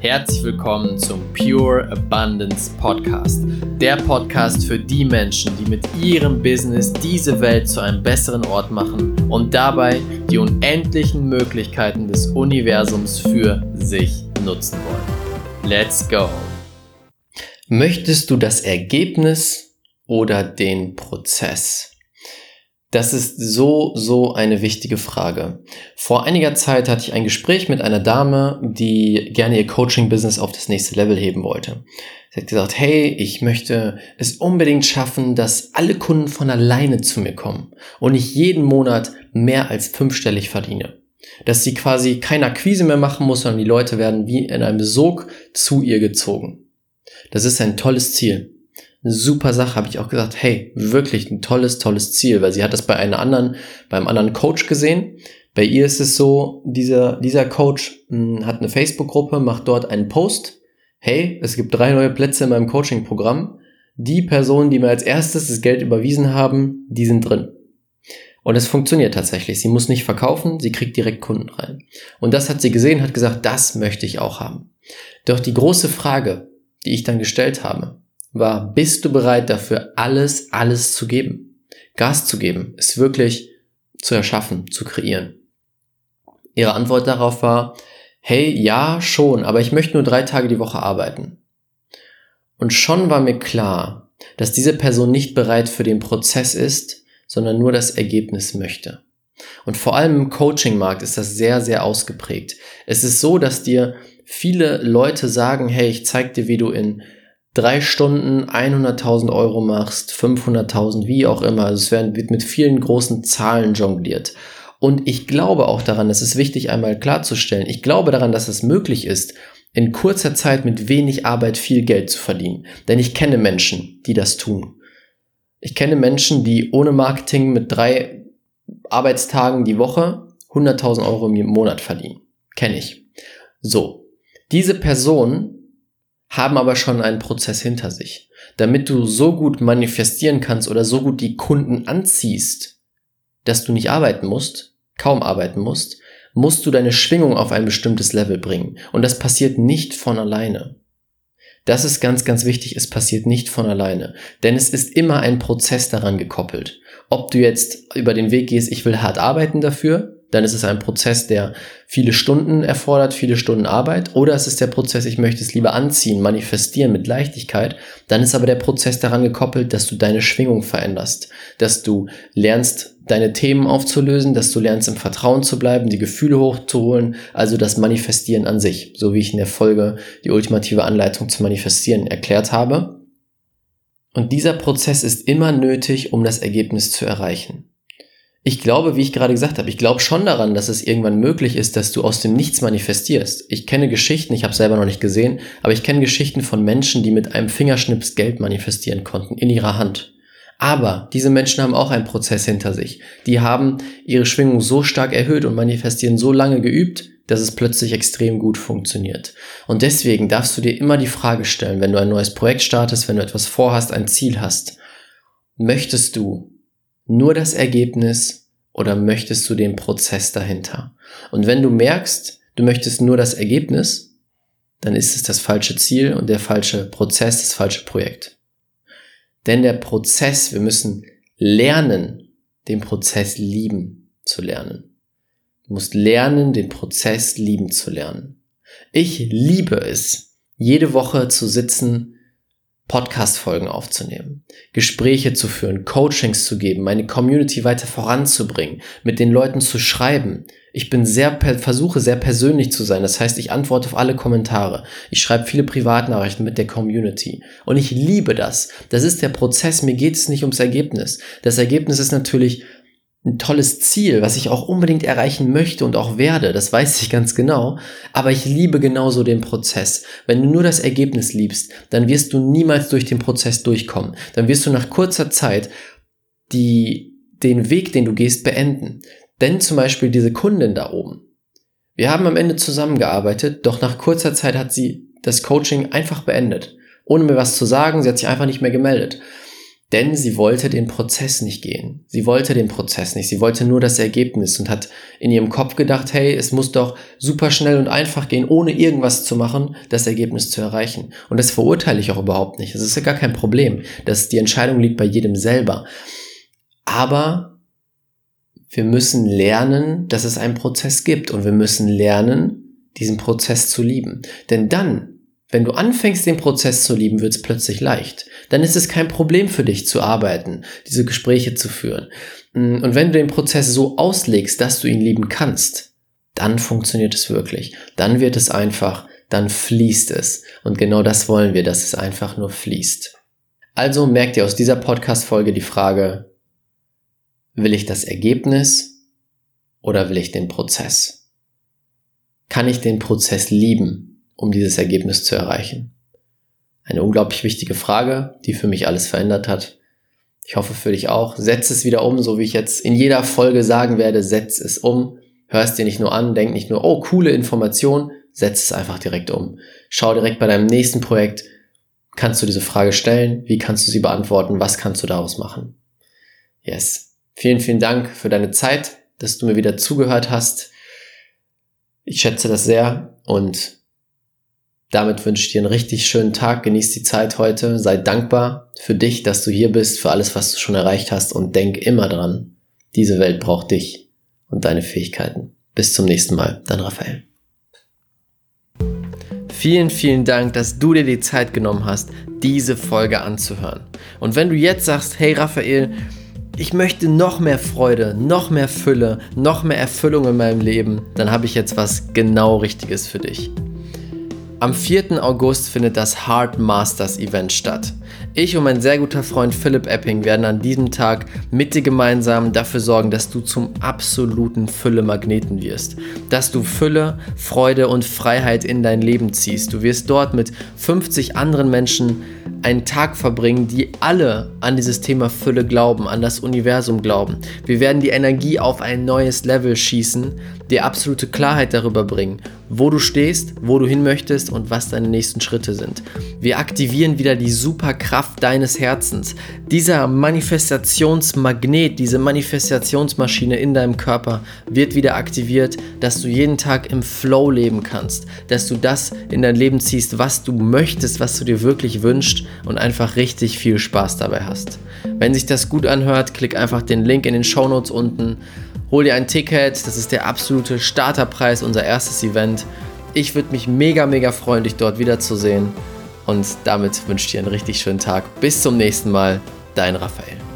Herzlich willkommen zum Pure Abundance Podcast. Der Podcast für die Menschen, die mit ihrem Business diese Welt zu einem besseren Ort machen und dabei die unendlichen Möglichkeiten des Universums für sich nutzen wollen. Let's go! Möchtest du das Ergebnis oder den Prozess? Das ist so eine wichtige Frage. Vor einiger Zeit hatte ich ein Gespräch mit einer Dame, die gerne ihr Coaching-Business auf das nächste Level heben wollte. Sie hat gesagt, hey, ich möchte es unbedingt schaffen, dass alle Kunden von alleine zu mir kommen und ich jeden Monat mehr als 5-stellig verdiene. Dass sie quasi keine Akquise mehr machen muss, sondern die Leute werden wie in einem Sog zu ihr gezogen. Das ist ein tolles Ziel. Eine super Sache, habe ich auch gesagt, hey, wirklich ein tolles Ziel, weil sie hat das beim anderen Coach gesehen. Bei ihr ist es so, dieser Coach hat eine Facebook-Gruppe, macht dort einen Post. Hey, es gibt 3 neue Plätze in meinem Coaching-Programm. Die Personen, die mir als erstes das Geld überwiesen haben, die sind drin. Und es funktioniert tatsächlich. Sie muss nicht verkaufen, sie kriegt direkt Kunden rein. Und das hat sie gesehen, hat gesagt, das möchte ich auch haben. Doch die große Frage, die ich dann gestellt habe, war, bist du bereit dafür, alles zu geben? Gas zu geben, es wirklich zu erschaffen, zu kreieren. Ihre Antwort darauf war, hey, ja, schon, aber ich möchte nur 3 Tage die Woche arbeiten. Und schon war mir klar, dass diese Person nicht bereit für den Prozess ist, sondern nur das Ergebnis möchte. Und vor allem im Coaching-Markt ist das sehr ausgeprägt. Es ist so, dass dir viele Leute sagen, hey, ich zeig dir, wie du in 3 Stunden 100.000 Euro machst, 500.000, wie auch immer. Also wird mit vielen großen Zahlen jongliert. Und ich glaube auch daran, das ist wichtig einmal klarzustellen, ich glaube daran, dass es möglich ist, in kurzer Zeit mit wenig Arbeit viel Geld zu verdienen. Denn ich kenne Menschen, die das tun. Ich kenne Menschen, die ohne Marketing mit 3 Arbeitstagen die Woche 100.000 Euro im Monat verdienen. Kenne ich. So, diese Personen haben aber schon einen Prozess hinter sich. Damit du so gut manifestieren kannst oder so gut die Kunden anziehst, dass du nicht arbeiten musst, kaum arbeiten musst, musst du deine Schwingung auf ein bestimmtes Level bringen. Und das passiert nicht von alleine. Das ist ganz wichtig, es passiert nicht von alleine. Denn es ist immer ein Prozess daran gekoppelt. Ob du jetzt über den Weg gehst, ich will hart arbeiten dafür, dann ist es ein Prozess, der viele Stunden erfordert, viele Stunden Arbeit. Oder es ist der Prozess, ich möchte es lieber anziehen, manifestieren mit Leichtigkeit. Dann ist aber der Prozess daran gekoppelt, dass du deine Schwingung veränderst. Dass du lernst, deine Themen aufzulösen, dass du lernst, im Vertrauen zu bleiben, die Gefühle hochzuholen. Also das Manifestieren an sich. So wie ich in der Folge die ultimative Anleitung zum Manifestieren erklärt habe. Und dieser Prozess ist immer nötig, um das Ergebnis zu erreichen. Ich glaube, wie ich gerade gesagt habe, ich glaube schon daran, dass es irgendwann möglich ist, dass du aus dem Nichts manifestierst. Ich kenne Geschichten, ich habe es selber noch nicht gesehen, aber ich kenne Geschichten von Menschen, die mit einem Fingerschnips Geld manifestieren konnten, in ihrer Hand. Aber diese Menschen haben auch einen Prozess hinter sich. Die haben ihre Schwingung so stark erhöht und manifestieren so lange geübt, dass es plötzlich extrem gut funktioniert. Und deswegen darfst du dir immer die Frage stellen, wenn du ein neues Projekt startest, wenn du etwas vorhast, ein Ziel hast, möchtest du nur das Ergebnis oder möchtest du den Prozess dahinter? Und wenn du merkst, du möchtest nur das Ergebnis, dann ist es das falsche Ziel und der falsche Prozess, das falsche Projekt. Denn der Prozess, wir müssen lernen, den Prozess lieben zu lernen. Du musst lernen, den Prozess lieben zu lernen. Ich liebe es, jede Woche zu sitzen, Podcast-Folgen aufzunehmen, Gespräche zu führen, Coachings zu geben, meine Community weiter voranzubringen, mit den Leuten zu schreiben. Ich bin versuche sehr persönlich zu sein. Das heißt, ich antworte auf alle Kommentare. Ich schreibe viele Privatnachrichten mit der Community. Und ich liebe das. Das ist der Prozess. Mir geht es nicht ums Ergebnis. Das Ergebnis ist natürlich ein tolles Ziel, was ich auch unbedingt erreichen möchte und auch werde, das weiß ich ganz genau, aber ich liebe genauso den Prozess. Wenn du nur das Ergebnis liebst, dann wirst du niemals durch den Prozess durchkommen. Dann wirst du nach kurzer Zeit den Weg, den du gehst, beenden. Denn zum Beispiel diese Kundin da oben. Wir haben am Ende zusammengearbeitet, doch nach kurzer Zeit hat sie das Coaching einfach beendet. Ohne mir was zu sagen, sie hat sich einfach nicht mehr gemeldet. Denn sie wollte den Prozess nicht gehen. Sie wollte den Prozess nicht. Sie wollte nur das Ergebnis und hat in ihrem Kopf gedacht, hey, es muss doch super schnell und einfach gehen, ohne irgendwas zu machen, das Ergebnis zu erreichen. Und das verurteile ich auch überhaupt nicht. Das ist ja gar kein Problem. Die Entscheidung liegt bei jedem selber. Aber wir müssen lernen, dass es einen Prozess gibt. Und wir müssen lernen, diesen Prozess zu lieben. Denn dann, wenn du anfängst, den Prozess zu lieben, wird es plötzlich leicht. Dann ist es kein Problem für dich zu arbeiten, diese Gespräche zu führen. Und wenn du den Prozess so auslegst, dass du ihn lieben kannst, dann funktioniert es wirklich. Dann wird es einfach, dann fließt es. Und genau das wollen wir, dass es einfach nur fließt. Also merkt ihr aus dieser Podcast-Folge die Frage, will ich das Ergebnis oder will ich den Prozess? Kann ich den Prozess lieben, um dieses Ergebnis zu erreichen? Eine unglaublich wichtige Frage, die für mich alles verändert hat. Ich hoffe für dich auch. Setz es wieder um, so wie ich jetzt in jeder Folge sagen werde, setz es um. Hör es dir nicht nur an, denk nicht nur, oh, coole Information, setz es einfach direkt um. Schau direkt bei deinem nächsten Projekt, kannst du diese Frage stellen, wie kannst du sie beantworten, was kannst du daraus machen? Yes. Vielen, vielen Dank für deine Zeit, dass du mir wieder zugehört hast. Ich schätze das sehr und damit wünsche ich dir einen richtig schönen Tag, genieß die Zeit heute, sei dankbar für dich, dass du hier bist, für alles, was du schon erreicht hast und denk immer dran, diese Welt braucht dich und deine Fähigkeiten. Bis zum nächsten Mal, dein Raphael. Vielen, vielen Dank, dass du dir die Zeit genommen hast, diese Folge anzuhören. Und wenn du jetzt sagst, hey Raphael, ich möchte noch mehr Freude, noch mehr Fülle, noch mehr Erfüllung in meinem Leben, dann habe ich jetzt was genau Richtiges für dich. Am 4. August findet das Heart Masters Event statt. Ich und mein sehr guter Freund Philipp Epping werden an diesem Tag mit dir gemeinsam dafür sorgen, dass du zum absoluten Fülle-Magneten wirst. Dass du Fülle, Freude und Freiheit in dein Leben ziehst. Du wirst dort mit 50 anderen Menschen einen Tag verbringen, die alle an dieses Thema Fülle glauben, an das Universum glauben. Wir werden die Energie auf ein neues Level schießen, dir absolute Klarheit darüber bringen, wo du stehst, wo du hin möchtest und was deine nächsten Schritte sind. Wir aktivieren wieder die Superkraft deines Herzens. Dieser Manifestationsmagnet, diese Manifestationsmaschine in deinem Körper wird wieder aktiviert, dass du jeden Tag im Flow leben kannst, dass du das in dein Leben ziehst, was du möchtest, was du dir wirklich wünschst und einfach richtig viel Spaß dabei hast. Wenn sich das gut anhört, klick einfach den Link in den Shownotes unten. Hol dir ein Ticket, das ist der absolute Starterpreis, unser erstes Event. Ich würde mich mega, mega freuen, dich dort wiederzusehen. Und damit wünsche ich dir einen richtig schönen Tag. Bis zum nächsten Mal, dein Raphael.